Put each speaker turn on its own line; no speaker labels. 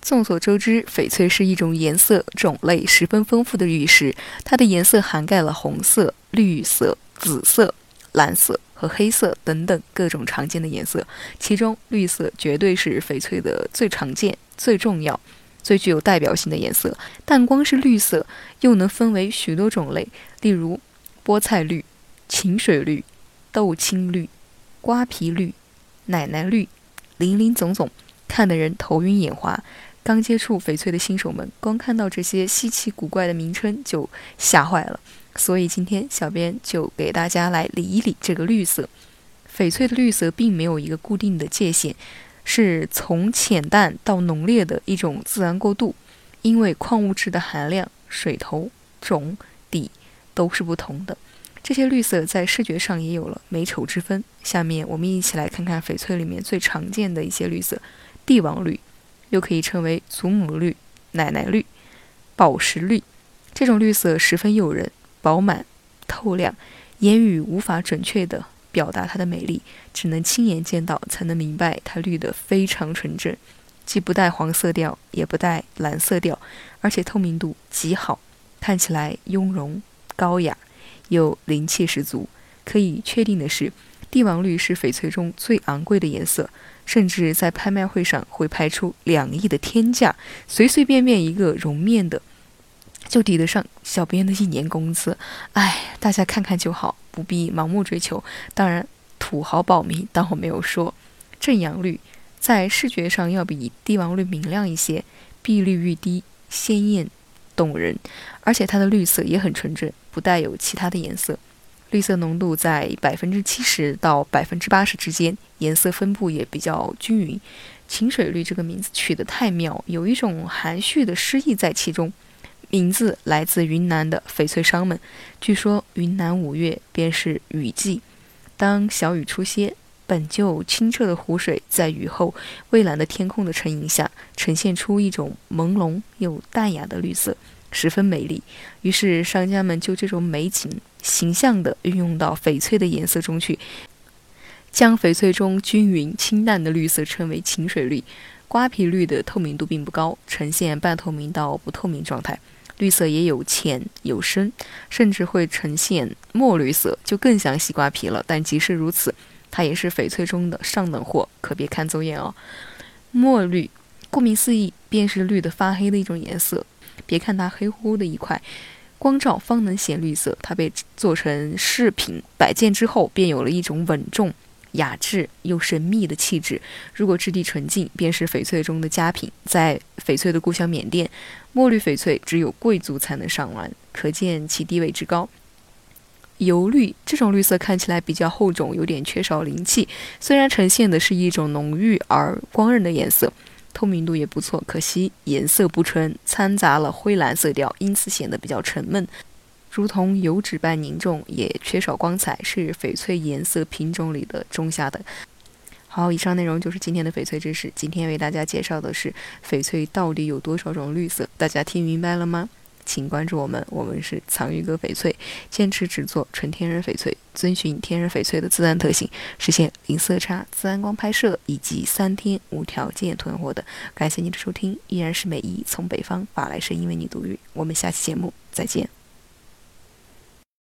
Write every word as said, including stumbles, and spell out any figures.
众所周知，翡翠是一种颜色种类十分丰富的玉石，它的颜色涵盖了红色、绿色、紫色、蓝色和黑色等等各种常见的颜色，其中绿色绝对是翡翠的最常见、最重要、最具有代表性的颜色。但光是绿色又能分为许多种类，例如菠菜绿、晴水绿、豆青绿、瓜皮绿、奶奶绿，林林总总，看得人头晕眼花。刚接触翡翠的新手们，光看到这些稀奇古怪的名称就吓坏了。所以今天小编就给大家来理一理这个绿色。翡翠的绿色并没有一个固定的界限，是从浅淡到浓烈的一种自然过渡，因为矿物质的含量、水头、种、底都是不同的。这些绿色在视觉上也有了美丑之分。下面我们一起来看看翡翠里面最常见的一些绿色。帝王绿又可以称为祖母绿、奶奶绿、宝石绿，这种绿色十分诱人、饱满、透亮，言语无法准确地表达它的美丽，只能亲眼见到才能明白它绿得非常纯正，既不带黄色调，也不带蓝色调，而且透明度极好，看起来雍容高雅，又灵气十足。可以确定的是，帝王绿是翡翠中最昂贵的颜色，甚至在拍卖会上会拍出两亿的天价，随随便便一个绒面的就抵得上小编的一年工资。哎，大家看看就好，不必盲目追求。当然，土豪保密，当我没有说。正阳绿在视觉上要比帝王绿明亮一些，碧绿欲滴，鲜艳动人，而且它的绿色也很纯正，不带有其他的颜色。绿色浓度在百分之七十到百分之八十之间，颜色分布也比较均匀。晴水绿这个名字取得太妙，有一种含蓄的诗意在其中。名字来自云南的翡翠商们，据说云南五月便是雨季，当小雨初歇，本就清澈的湖水在雨后蔚蓝的天空的衬映下，呈现出一种朦胧又淡雅的绿色，十分美丽。于是商家们就这种美景形象地运用到翡翠的颜色中去，将翡翠中均匀清淡的绿色称为晴水绿。瓜皮绿的透明度并不高，呈现半透明到不透明状态，绿色也有浅有深，甚至会呈现墨绿色，就更像西瓜皮了。但即使如此，它也是翡翠中的上等货，可别看走眼哦。墨绿顾名思义便是绿的发黑的一种颜色，别看它黑乎乎的一块，光照方能显绿色。它被做成饰品摆件之后，便有了一种稳重雅致又神秘的气质。如果质地纯净，便是翡翠中的佳品。在翡翠的故乡缅甸，墨绿翡翠只有贵族才能上玩，可见其地位之高。油绿这种绿色看起来比较厚重，有点缺少灵气，虽然呈现的是一种浓郁而光润的颜色，透明度也不错，可惜颜色不纯，掺杂了灰蓝色调，因此显得比较沉闷，如同油脂般凝重，也缺少光彩，是翡翠颜色品种里的中下等。好，以上内容就是今天的翡翠知识。今天为大家介绍的是翡翠到底有多少种绿色，大家听明白了吗？请关注我们，我们是藏玉阁翡翠，坚持只做纯天然翡翠，遵循天然翡翠的自然特性，实现零色差、自然光拍摄以及三天无条件囤货的。感谢你的收听，依然是美姨从北方发来声音为你读语，我们下期节目再见。